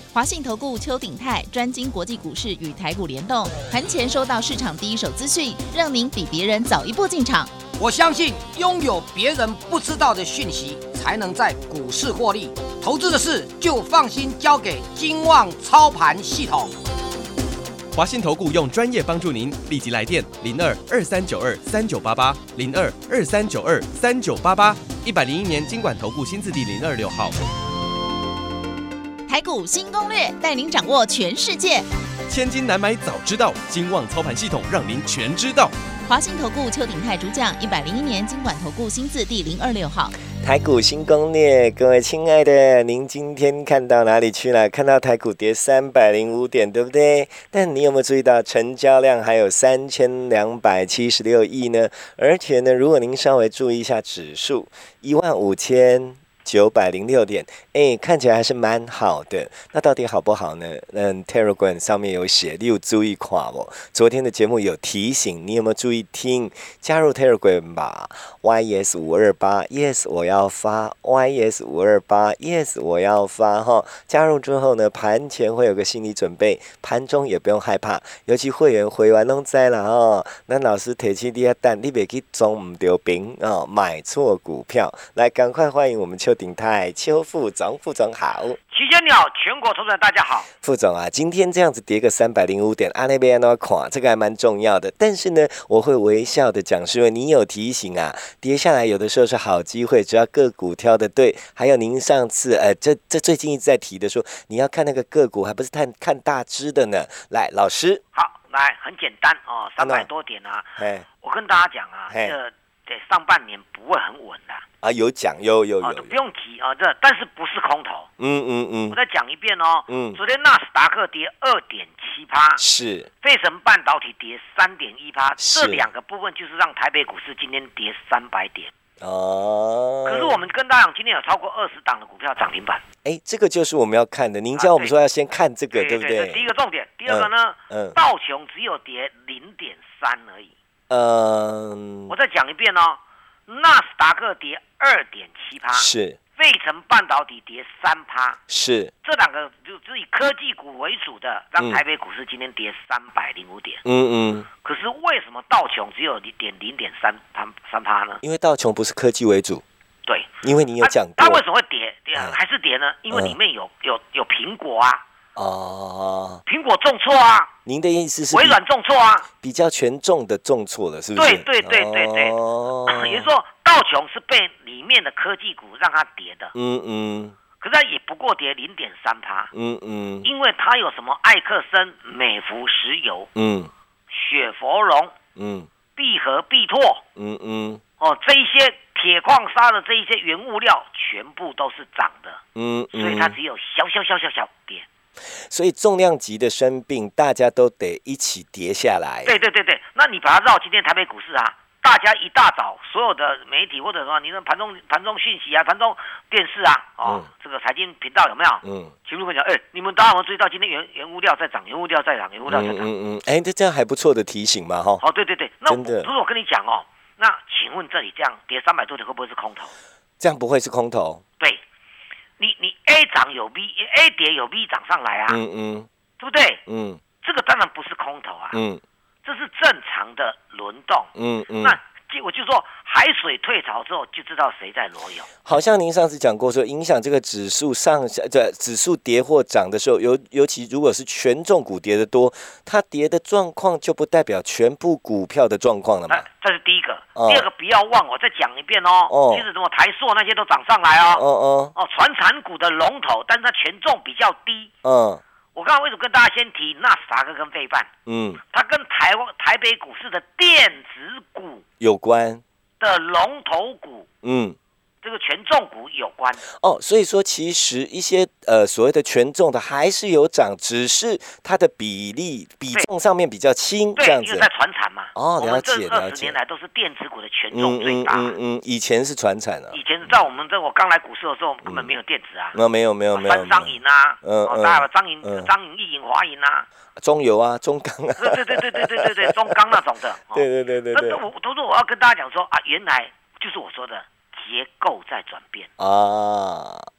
华信投顾邱鼎泰专精国际股市与台股联动，盘前收到市场第一手资讯，让您比别人早一步进场。 我相信拥有别人不知道的讯息，才能在股市获利。投资的事就放心交给金旺操盘系统。 华信投顾用专业帮助您，立即来电02-2392-3988，02-2392-3988，101年金管投顾新字第026号。 台股新攻略，带您掌握全世界。 千金难买早知道，金旺操盘系统让您全知道。 华信投顾邱鼎泰主讲，101年金管投顾新字第026号。 台股新攻略，各位亲爱的，您今天看到哪里去了？看到台股跌305点，对不对？但你有没有注意到成交量还有3276亿呢？而且呢，如果您稍微注意一下指数，15906点，看起来还是蛮好的。那到底好不好呢？Telegram 上面有写，你有注意看不？昨天的节目有提醒，你有没有注意听？加入 Telegram 吧 ，YS528 Yes 我要发 ，YS528 Yes 我要发哈。加入之后呢，盘前会有个心理准备，盘中也不用害怕，尤其会员回完拢知啦哦。那老师提醒你等你别去中唔对兵哦，买错股票。来，赶快欢迎我们邱鼎泰邱副总。副总好， 齐先你好，全国投资人大家好。 副总啊，今天这样子跌个305点，那边要看，这个还蛮重要的。但是呢，我会微笑的讲，是因为你有提醒啊，跌下来有的时候是好机会，只要个股挑的对。还有您上次这最近一直在提的说，你要看那个个股，还不是看大只的呢。来，老师， 好，来很简单哦，300多点啊。我跟大家讲啊，这上半年不会很稳的。 有讲有， 不用提啊，但是不是空头？我再讲一遍哦。昨天纳斯达克跌2.7%， 是费城半导体跌3.1%，这两个部分就是让台北股市今天跌300点。可是我们跟大家讲，今天有超过20档的股票涨停板。 这个就是我们要看的。您叫我们说要先看这个，对不对？ 第一个重点，第二个呢，道琼只有跌0.3而已。我再讲一遍哦。纳斯达克跌2.7%， 是费城半导体跌3%， 是这两个就是以科技股为主的，让台北股市今天跌305点。可是为什么道琼只有0.3%呢？ 因为道琼不是科技为主。 对， 因为你有讲过， 它为什么会跌？还是跌呢？因为里面有苹果啊。苹果重挫啊！ 您的意思是微软重挫啊？ 比较权重的重挫了，是不是？ 对。也就是说，道琼是被里面的科技股让它跌的。可是它也不过跌0.3%。因为它有什么艾克森、美孚石油、雪佛龙、必和必拓，这一些铁矿砂的这一些原物料全部都是涨的。所以它只有小跌。 所以重量级的生病，大家都得一起跌下来。 对，那你把它绕今天台北股市啊，大家一大早所有的媒体或者说你的盘中讯息啊，盘中电视啊，这个财经频道有没有？全部跟讲，你们大家有没有注意到今天原物料在涨，原物料在涨。 这样还不错的提醒嘛，哈。 对，那如果我跟你讲哦，那请问这里这样跌300多点会不会是空头？ 这样不会是空头。 对。你 A 涨有 B，A 跌有 B 涨上来啊，对不对？这个当然不是空头啊，这是正常的轮动。那我就说海水退潮之后就知道谁在裸泳。 好像您上次讲过说，影响这个指数上下，指数跌或涨的时候，尤其如果是权重股跌得多，它跌的状况就不代表全部股票的状况了嘛。 这是第一个。第二个不要忘，我再讲一遍哦。其实什么台塑那些都涨上来哦。传产股的龙头，但是它权重比较低。我刚才为什么跟大家先提纳斯达克跟费半？它跟台北股市的电子股有关的龙头股，这个权重股有关。 所以说其实一些所谓的权重的还是有涨，只是它的比重上面比较轻，这样子。 因为在传产嘛。 了解。 我们这20年来都是电子股的权重最大。 以前是传产啊。 以前在我刚来股市的时候根本没有电子啊。 没有。 三商银啊，大张银、益银、华银啊。 中油啊，中钢啊。 对，中钢那种的。 对。 那我要跟大家讲说啊，原来就是我说的。结构在转变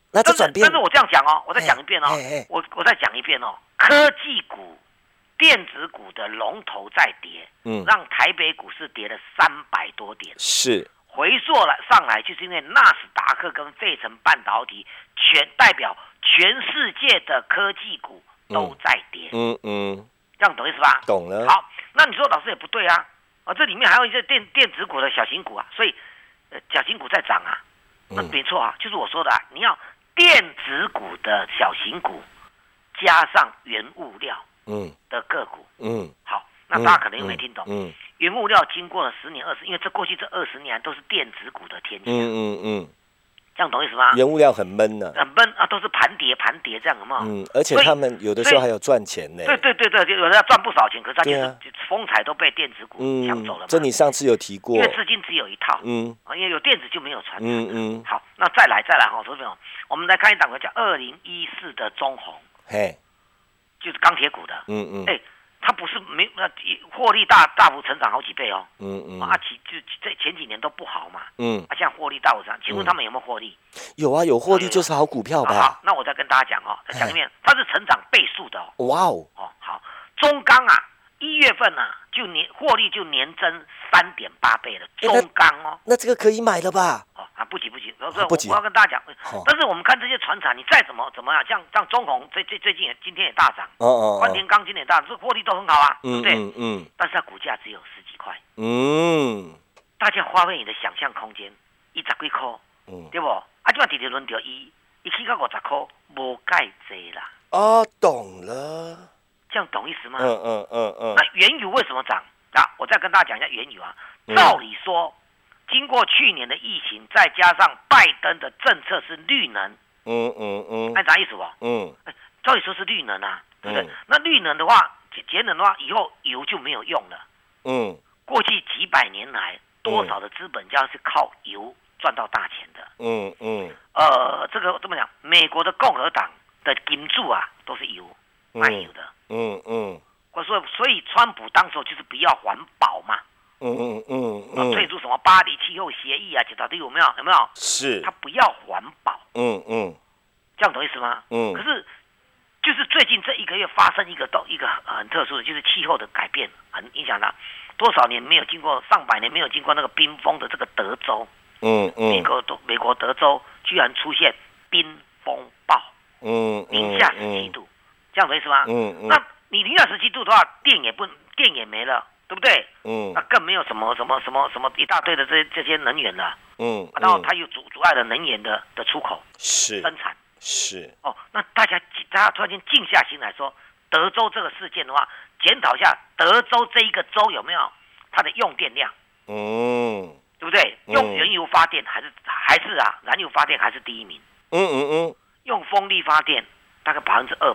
那这转变， 但是我这样讲哦，我再讲一遍哦，我再讲一遍哦，科技股、电子股的龙头在跌，让台北股市跌了300多点， 是回溯上来，就是因为纳斯达克跟费城半导体代表全世界的科技股都在跌，这样懂意思吧？ 懂了。 好，那你说老师也不对啊，这里面还有一些电子股的小型股啊，所以小型股在涨啊，那没错啊，就是我说的啊，你要电子股的小型股加上原物料的个股，好，那大家可能又没听懂，原物料经过了10年20，因为过去这20年都是电子股的天下，这样懂意思吗？ 原物料很闷呢， 很闷啊，都是盘跌这样，有没有？ 而且他们有的时候还有赚钱呢。 对，有的要赚不少钱，可是他就是风采都被电子股抢走了嘛。 这你上次有提过， 因为资金只有一套，因为有电子就没有传产。好，那再来哈，投资朋友，我们来看一档叫2014的中鸿，就是钢铁股的，它不是没获利大幅成长好几倍哦，就前几年都不好嘛，现在获利大幅成长，请问他们有没有获利？ 有啊，有获利就是好股票吧？ 好，那我再跟大家讲哦，再讲一遍，它是成长倍数的哦。 哇哦， 好，中钢啊，1月份啊获利就年增3.8倍了，中钢哦。 那这个可以买了吧？ 不急，我要跟大家讲，但是我们看这些传产，你再怎么样，像中鸿最近今天也大涨，关田钢今天也大涨，这获利都很好啊，对不对？但是它股价只有10几块，大家发挥你的想象空间，10几块，对不？啊，就要直接轮到一起到50块，无介济啦。 哦，懂了， 这样懂意思吗？那原油为什么涨？我再跟大家讲一下原油啊。照理说，经过去年的疫情，再加上拜登的政策是绿能，那啥意思不？照理说是绿能啊，对不对？那绿能的话，节能的话，以后油就没有用了。过去几百年来，多少的资本家是靠油赚到大钱的？这个怎么讲？美国的共和党的金主啊，都是油卖油的。所以川普当时就是不要环保嘛。退出什么巴黎气候协议啊，这到底有没有？是，他不要环保。这样懂意思吗？可是就是最近这1个月发生一个很特殊的，就是气候的改变，很影响他多少年没有经过上百年没有经过那个冰封的这个德州，美国德州居然出现冰风暴，零下10几度，这样懂意思吗？那你零下10几度的话，电也没了。对不对？那更没有什么一大堆的这些能源了。然后它又阻碍了能源的出口生产。是。那大家突然间静下心来说，德州这个事件的话，检讨一下德州这一个州有没有它的用电量。对不对？用原油发电还是燃油发电还是第一名。用风力发电大概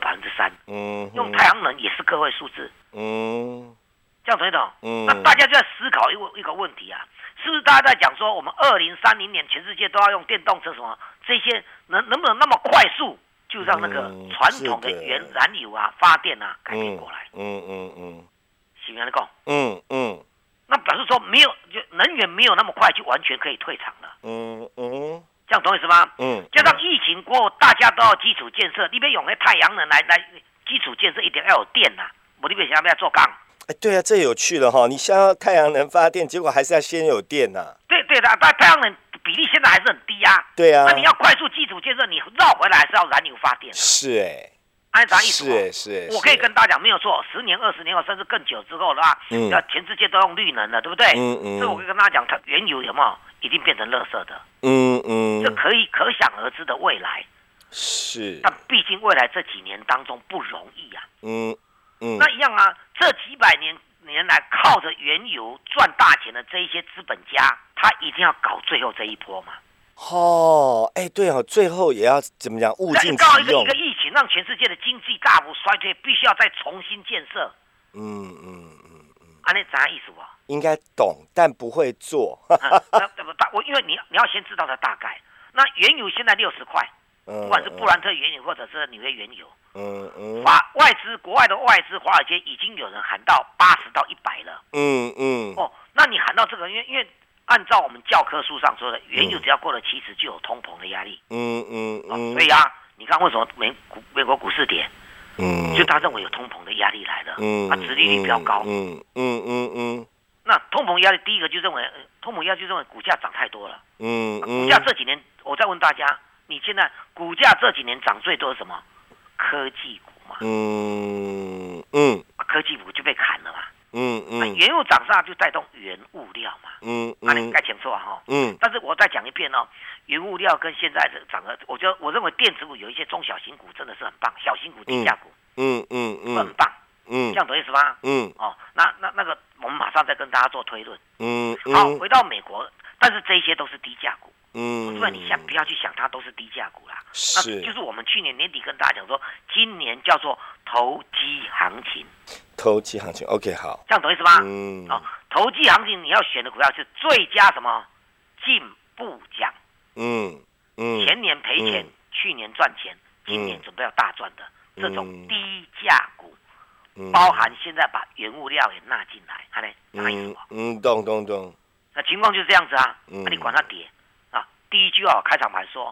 2%、3%。用太阳能也是个位数字。这样懂不懂？那大家就在思考一个问题啊，是不是大家在讲说，我们2030年全世界都要用电动车什么？这些能不能那么快速就让那个传统的燃油啊发电啊改变过来？是不是讲？那表示说就能源没有那么快就完全可以退场了。这样懂意思吗？加上疫情过后，大家都要基础建设，你别用那太阳能来基础建设一定要有电呐，不你别想要做钢。 对啊，这有趣了哈！你想要太阳能发电，结果还是要先有电呐。 对的，但太阳能比例现在还是很低啊。 对啊， 那你要快速基础建设，你绕回来还是要燃油发电。 是按啥意思？ 是。 我可以跟大家讲，没有错，10年、20年后，甚至更久之后的话，全世界都用绿能了，对不对？所以我可以跟大家讲，它原油有没有一定变成垃圾的？这可想而知的未来。 是。 但毕竟未来这几年当中不容易啊。那一样啊，这几百年来靠着原油赚大钱的这一些资本家，他一定要搞最后这一波嘛。 对哦，最后也要怎么讲，物尽其用。 一个疫情让全世界的经济大幅衰退，必须要再重新建设。那啥意思不？ 应该懂，但不会做。 因为你要先知道它大概。那原油现在60块，不管是布兰特原油或者是纽约原油。国外的外资，华尔街已经有人喊到80到100了。那你喊到这个，因为按照我们教科书上说的，原油只要过了70就有通膨的压力。所以啊，你看为什么美国股市跌？就他认为有通膨的压力来了，殖利率比较高。那通膨压力第一个就认为，股价涨太多了。股价这几年，我再问大家，你现在股价这几年涨最多是什么？科技股嘛。科技股就被砍了嘛。那原油涨上就带动原物料嘛。你该清楚啊哈。但是我再讲一遍哦，原物料跟现在的涨的，我认为电子股有一些中小型股真的是很棒，小型股低价股，很棒。这样懂意思吗？那个我们马上再跟大家做推论。好，回到美国，但是这些都是低价股。所以你不要去想它都是低价股啦。那就是我们去年年底跟大家讲说，今年叫做投机行情。 投机行情 ，OK， 好。 这样懂意思吗？投机行情你要选的股票是最佳什么进步奖。前年赔钱，去年赚钱，今年准备要大赚的这种低价股。包含现在把原物料也纳进来，哪意思？ 懂。 那情况就是这样子啊。你管它跌啊。第一句话开场白说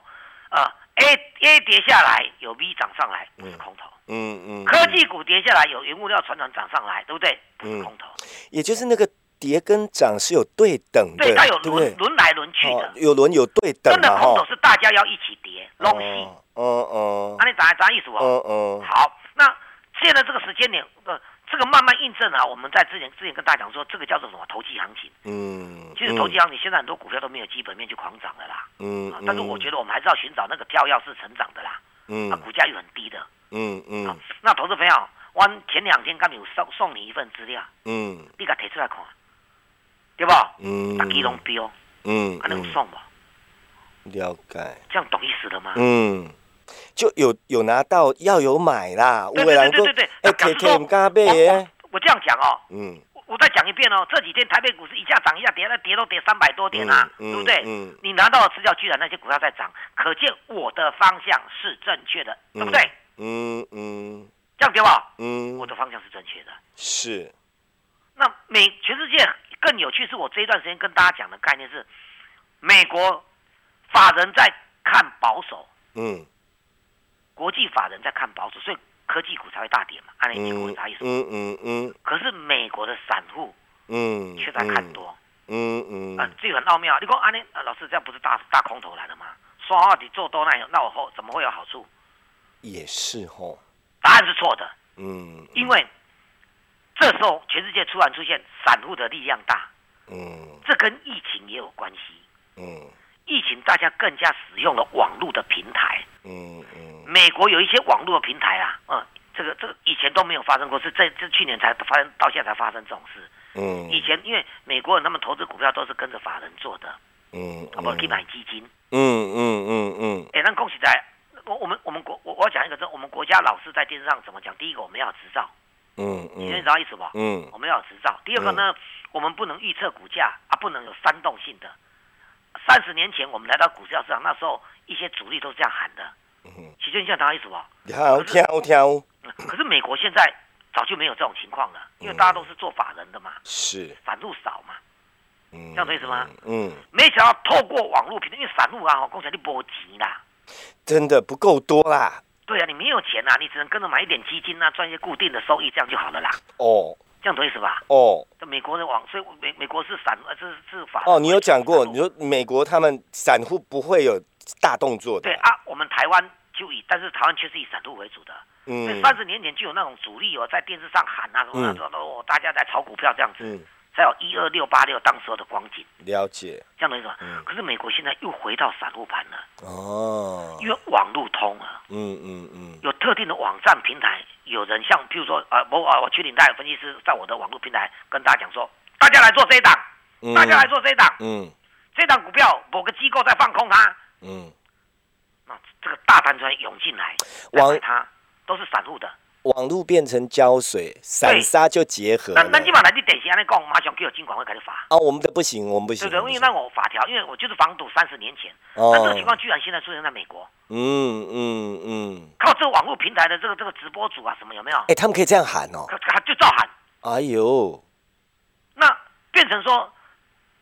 ，A 跌下来有 B 涨上来，不是空头。科技股跌下来有原物料船涨上来，对不对？不是空头。 也就是那个跌跟涨是有对等的， 对，它有轮来轮去的， 有轮有对等。真的空头是大家要一起跌，拢戏。那你啥意思哦？好，那。现在这个时间点，这个慢慢印证了。我们在之前跟大家讲说，这个叫做什么投机行情。其实投机行情现在很多股票都没有基本面就狂涨的啦。但是我觉得我们还是要寻找那个跳跃式成长的啦。股价又很低的。那投资朋友，我前2天刚有送你一份资料。你给它提出来看，对不？大家拢标，那有送不？ 了解。 这样懂意思了吗？ 就有拿到，要有买啦。 对。 K 唔敢买耶。 我这样讲哦。我再讲一遍哦。这几天台北股市一下涨一下跌，跌都跌300多点啦，对不对？你拿到的资料居然那些股票在涨，可见我的方向是正确的，对不对？这样对吧？我的方向是正确的。 是。 那全世界更有趣是我这一段时间跟大家讲的概念是，美国法人在看保守。国际法人在看保守，所以科技股才会大跌嘛。按你讲啥意思？可是美国的散户，却在看多。这个很奥妙。你说安尼，老师这样不是大空头来了吗？刷到底做多那我后怎么会有好处？ 也是吼。 答案是错的。因为这时候全世界突然出现散户的力量大。这跟疫情也有关系。疫情大家更加使用了网络的平台。美国有一些网络的平台啊，这个以前都没有发生过，是这去年才发生，到现在才发生这种事。以前因为美国人他们投资股票都是跟着法人做的，不去买基金。那恭喜在，我讲一个，我们国家老师在电视上怎么讲？第一个我们要有执照，你知道意思不？我们要有执照。第二个呢，我们不能预测股价不能有煽动性的。30年前我们来到股票市场，那时候一些主力都是这样喊的。其实你像他意思吧？ 跳。 可是美国现在早就没有这种情况了，因为大家都是做法人的嘛， 是散户少嘛，这样的意思吗？没想到透过网络平台，因为散户啊，讲起来你没钱啦， 真的不够多啦。 对啊，你没有钱啊，你只能跟着买一点基金啊，赚一些固定的收益，这样就好了啦。这样懂意思吧？这美国的所以美国是是法。 你有讲过，你说美国他们散户不会有大动作的。 对啊，我们台湾但是台湾却是以散户为主的。所以30年前就有那种主力在电视上喊啊什么的，大家在炒股票这样子，才有12686当时候的光景。了解，这样懂意思吧？可是美国现在又回到散户盘了。因为网路通了。有特定的网站平台。有人像譬如说我去领带分析师在我的网络平台跟大家讲说，大家来做这一档，大家来做这一档，这档股票某个机构在放空它，那这个大单船涌进来，买它都是散户的。 网络变成胶水，散沙就结合了。 那基本上你电视安尼讲，马上就有金管会开始罚。 我们的不行，我们不行。 对，因为那我法条，因为我就是防堵30年前，但这个情况居然现在出现在美国。靠这个网络平台的这个直播主啊，什么有没有？ 他们可以这样喊哦。 就照喊。 哎呦， 那变成说，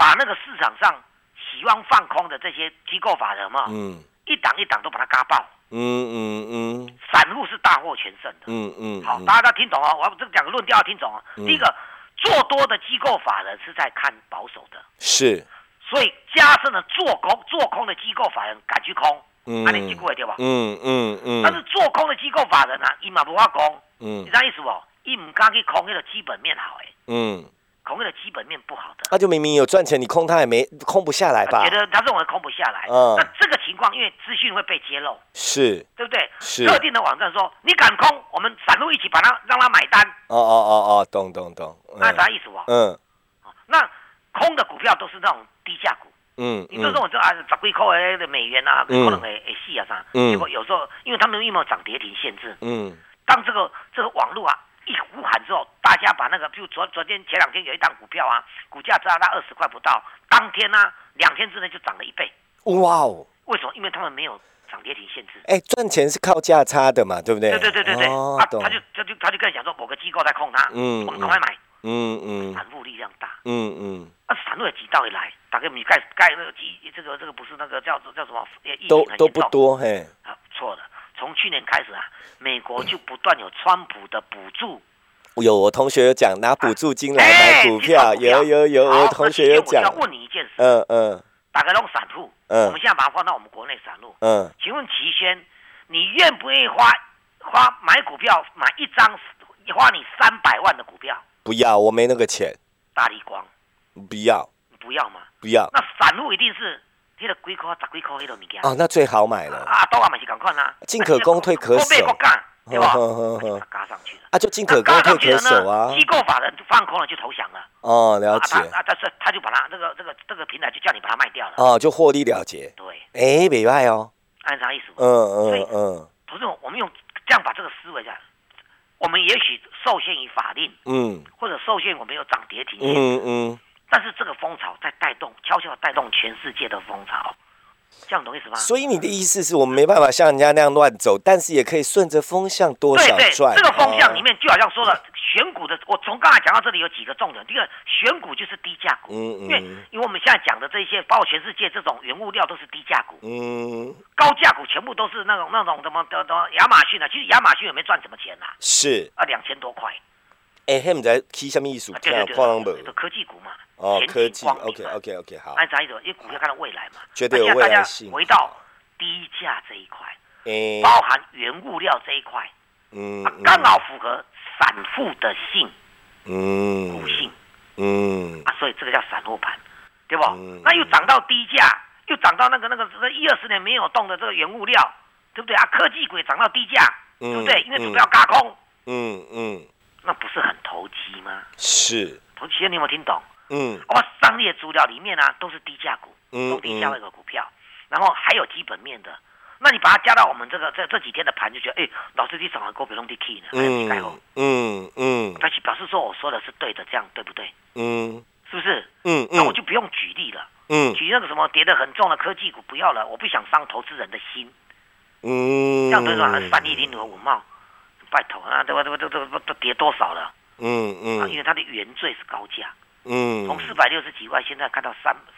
把那个市场上喜欢放空的这些机构法人嘛，一档一档都把它嘎爆。散户是大获全胜的。好，大家要听懂哦，我要这个讲个论调要听懂哦。第一个，做多的机构法人是在看保守的， 是， 所以加深了做空的机构法人敢去空，那你记过对吧？但是做空的机构法人啊，伊嘛无法空，你知道意思不？伊唔敢去空那个基本面好空那个基本面不好的， 那就明明有赚钱，你空它也没空不下来吧？ 觉得他认为空不下来，那这个情况因为资讯会被揭露， 是， 对不对？ 是特定的网站说你敢空，我们散户一起把它让他买单。 懂， 那啥意思不？那空的股票都是那种低价股。你就说我这10几块的美元啊，可能会死啊啥。结果有时候因为他们有没有涨跌停限制，当这个网络啊一呼喊之后，大家把那个，譬如昨天前2天有一档股票啊，股价涨到20块不到，当天啊2天之内就涨了1倍。 哇哦！ 为什么？因为他们没有涨跌停限制。 赚钱是靠价差的嘛，对不对？ 对。他就跟你讲说某个机构在控它，我们赶快买。散户力量大。散户的几道一来，大概你盖那个这个不是那个叫什么？ 都不多嘿。 错了。从去年开始啊，美国就不断有川普的补助。 有我同学有讲拿补助金来买股票，有，我同学有讲。 我要问你一件事，大家都散户，我们现在把它放到我们国内散户，请问齐轩，你愿不愿意花买股票买一张花你300万的股票？ 不要，我没那个钱。 大立光， 不要。 你不要吗？ 不要。 那散户一定是。那个几块、10几块那种物件那最好买了。 都嘛是同款啊。 进可攻，退可守。 对吧？加上去了。 就进可攻，退可守啊。 机构法人放空了就投降了。 了解。 但是他就把它这个平台就叫你把它卖掉了。 就获利了结。 对。 没坏哦。 按啥意思？所以，同志们，我们用这样把这个思维下来，我们也许受限于法令，或者受限我们有涨跌停线，但是这个风潮在带动，悄悄带动全世界的风潮，这样懂意思吗？ 所以你的意思是我们没办法像人家那样乱走，但是也可以顺着风向多少赚。 这个风向里面就好像说了，选股的，我从刚才讲到这里有几个重点。第一个，选股就是低价股，因为我们现在讲的这些，包括全世界这种原物料都是低价股，高价股全部都是那种什么亚马逊啊，其实亚马逊也没赚什么钱啦， 是 2000多块。 他们在起什么意思？ 对，科技股嘛。 科技 ，OK， 好。 按啥意思？因为股票看到未来嘛， 绝对有未来性。 回到低价这一块，包含原物料这一块，刚好符合散户的性，股性，所以这个叫散户盘，对不？那又涨到低价，又涨到那个10-20年没有动的这个原物料，对不对？科技股也涨到低价，对不对？因为主要轧空，那不是很投机吗？ 是。 投机，你有没有听懂？我商业资料里面啊都是低价股，都低价位的股票，然后还有基本面的。那你把它加到我们这几天的盘，就觉得老师你涨的股票都低 key 呢，还有低改后，他表示说我说的是对的，这样对不对？是不是？那我就不用举例了，举那个什么跌得很重的科技股不要了，我不想伤投资人的心，这样对吧？310和文茂，拜托啊，对吧？都跌多少了？因为它的原罪是高价。从460几块，现在看到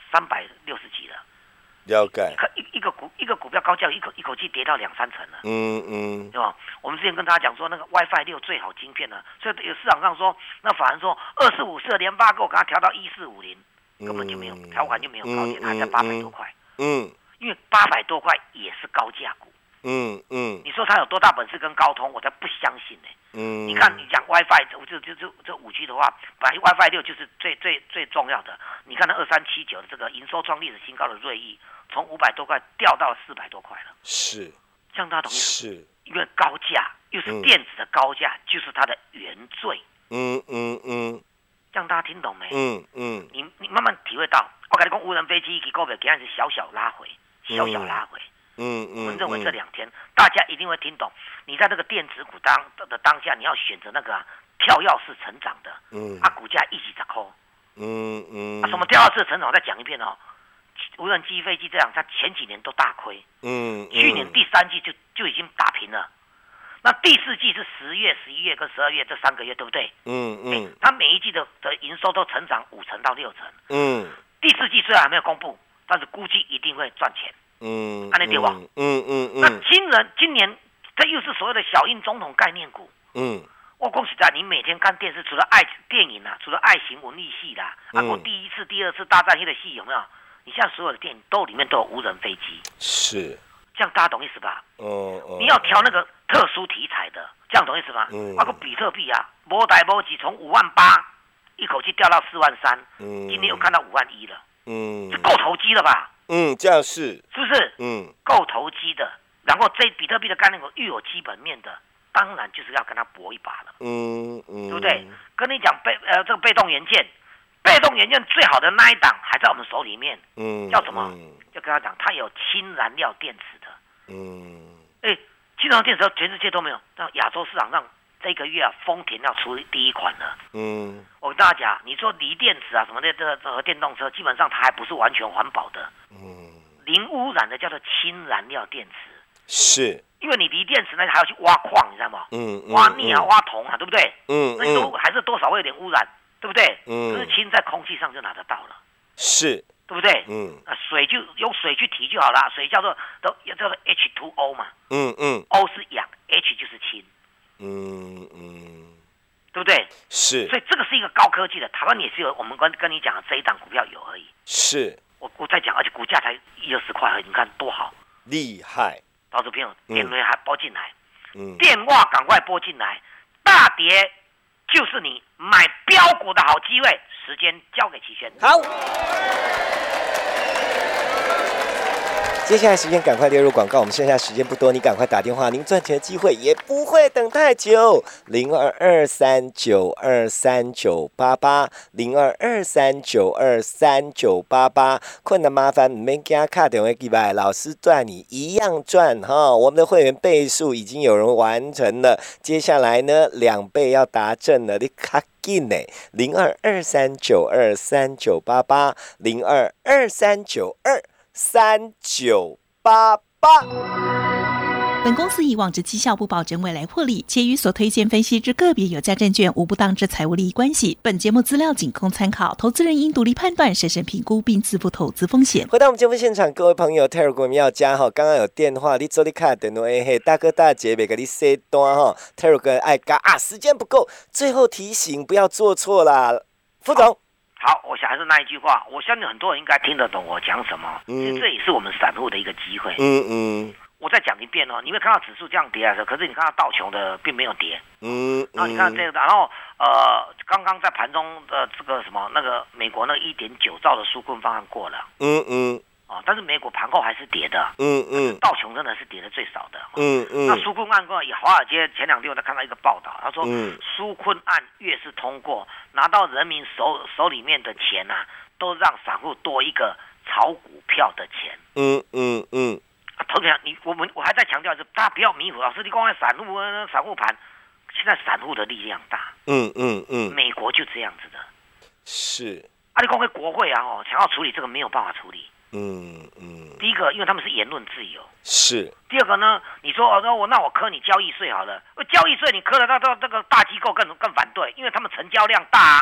360几了。 了解。 一个股票高价，一口气跌到2-3成了。对吧？我们之前跟大家讲说，那个 WiFi 6最好晶片了，所以有市场上说，那法人说245的联发科给它调到1450，根本就没有调款就没有高点，还在800多块。因为800多块也是高价股。你说他有多大本事跟高通，我才不相信呢。你看，你讲 WiFi 这5G 的话，本来 WiFi 6就是最重要的。你看那2379的这个营收创历史新高的瑞昱，从500多块掉到了400多块了。 是， 这样大家懂意思？ 是， 因为高价又是电子的高价，就是它的原罪。这样大家听懂没？你慢慢体会到，我跟你讲，无人飞机一股票给它是小小拉回。我们认为这2天大家一定会听懂。你在这个电子股当下，你要选择那个跳跃式成长的，股价一起10块。什么跳跃式成长？我再讲一遍哦。无人机、飞机这样，它前几年都大亏。去年第3季就已经打平了。那第4季是10月、11月跟12月这3个月，对不对？它每一季的营收都成长5成到6成。 第四季虽然还没有公布，但是估计一定会赚钱。按那对吧？那今年这又是所谓的小英总统概念股。我恭喜在你每天看电视，除了爱电影除了爱情文艺戏啦，我第一次、第二次大战的戏有没有？你现在所有的电影里面都有无人飞机， 是这样，大家懂意思吧？你要挑那个特殊题材的，这样懂意思吗？比特币没代没急，从58000一口气掉到43000，今天又看到51000了，这够投机了吧？ 这样是不是？够投机的。然后这比特币的概念股又有基本面的，当然就是要跟他搏一把了，对不对？跟你讲这个被动元件最好的那一档还在我们手里面，叫什么？就跟他讲，它有氢燃料电池的，氢燃料电池全世界都没有，但亚洲市场上这个月丰田要出第一款了，我跟大家讲，你说锂电池什么的这和电动车，基本上它还不是完全环保的，零污染的叫做氢燃料电池。 是， 因为你锂电池呢还要去挖矿，你知道吗？挖镍挖铜对不对？那你都还是多少会有点污染，对不对？可是氢在空气上就拿得到了， 是， 对不对？水就用水去提就好了，水叫做 H2O 嘛，O 是氧 ，H 就是氢，对不对？ 是， 所以这个是一个高科技的，台湾也是有，我们跟你讲的这一档股票有而已。 是， 我在讲，而且股价才10-20块而已，你看多好， 厉害。投资朋友，电话还拨进来，电话赶快拨进来，大跌就是你买标股的好机会，时间交给齐轩。 好，接下来时间赶快列入广告，我们剩下时间不多，你赶快打电话，您赚钱的机会也不会等太久。0223923988，0223923988，困难麻烦唔免惊，打电话进来，老师赚你一样赚哈。我们的会员倍数已经有人完成了，接下来呢2倍要达阵了，你卡紧呢？0223923988，0223923988。 本公司以往之绩效不保证未来获利，且与所推荐分析之个别有价证券无不当之财务利益关系。本节目资料仅供参考，投资人应独立判断、审慎评估并自负投资风险。 回到我们节目现场，各位朋友 ，Telegram 要加哈，刚刚有电话，你做你卡电话嘿，大哥大姐别给你塞单哈 ，Telegram 爱加时间不够，最后提醒不要做错啦，副总。 好，我想还是那一句话，我相信很多人应该听得懂我讲什么。其实这也是我们散户的一个机会。我再讲一遍你会看到指数这样跌的时候，可是你看到道琼的并没有跌。然后你看这个，然后刚刚在盘中的这个什么那个美国那个1.9兆的纾困方案过了。但是美国盘后还是跌的。道琼真的是跌的最少的。那纾困案过，以华尔街前2天我在看到一个报道，他说纾困案越是通过，拿到人民手里面的钱都让散户多一个炒股票的钱。投资人，我还在强调是，大家不要迷糊。老师，你光看散户盘，现在散户的力量大。美国就这样子的。是。你光看国会想要处理这个没有办法处理。第一个，因为他们是言论自由。是。第二个呢，你说那我科你交易税好了，交易税你科了，到这个大机构更反对，因为他们成交量大。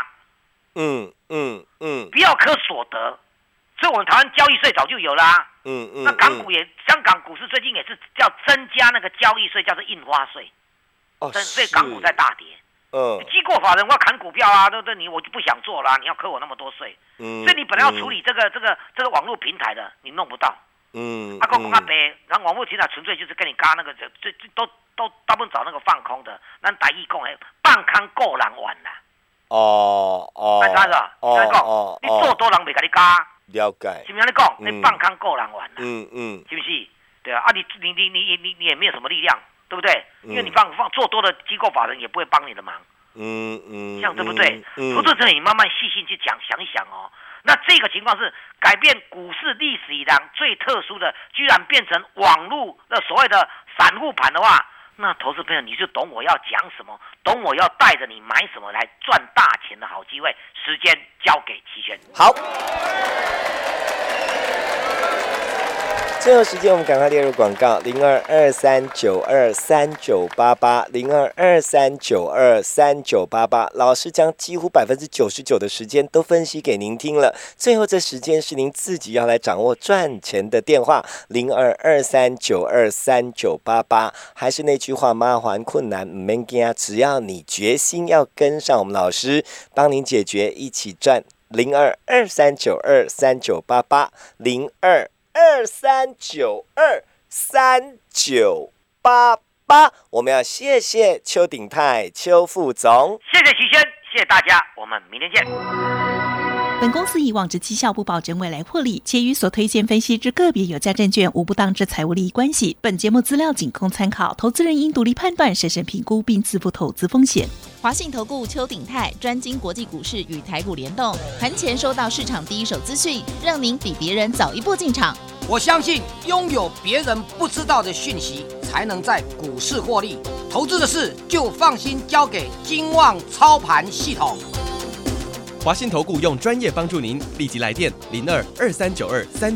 不要科所得。所以我们台湾交易税早就有啦。那香港股市最近也是叫增加那个交易税，叫做印花税。所以港股在大跌。机构法人我要砍股票对我就不想做啦，你要扣我那么多税。所以你本来要处理这个网络平台的，你弄不到。讲阿伯，然后网络平台纯粹就是跟你嘎那个，都大部分找那个放空的。咱台语讲放空够人玩啦。知道？你做多人袂甲你加， 了解。 是不是你讲？你放空够人玩啦，是不是？对啊，你也没有什么力量，对不对？因为你放做多的机构法人也不会帮你的忙，这样对不对？投资者你慢慢细心去想一想那这个情况是改变股市历史以来最特殊的，居然变成网络的所谓的散户盘的话。那投资朋友，你就懂我要讲什么，懂我要带着你买什么来赚大钱的好机会。时间交给齐轩。好。 最后时间我们赶快列入广告，022392392388，0223923988。老师将几乎99%的时间都分析给您听了，最后这时间是您自己要来掌握赚钱的电话，0223923988。还是那句话，麻烦困难不免惊，只要你决心要跟上我们老师，帮您解决，一起赚。0223923988，0223923988。我们要谢谢邱鼎泰邱副总， 谢谢齐轩，谢谢大家，我们明天见。 本公司以往之绩效不保证未来获利，且与所推荐分析之个别有价证券无不当之财务利益关系。本节目资料仅供参考，投资人应独立判断、审慎评估并自负投资风险。 华信投顾邱鼎泰专精国际股市与台股联动，盘前收到市场第一手资讯，让您比别人早一步进场。 我相信拥有别人不知道的讯息，才能在股市获利。投资的事就放心交给金旺操盘系统。 华信投顾用专业帮助您，立即来电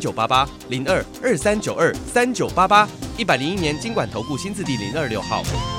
0223923988，0223923988，101年金管投顾新字第026号。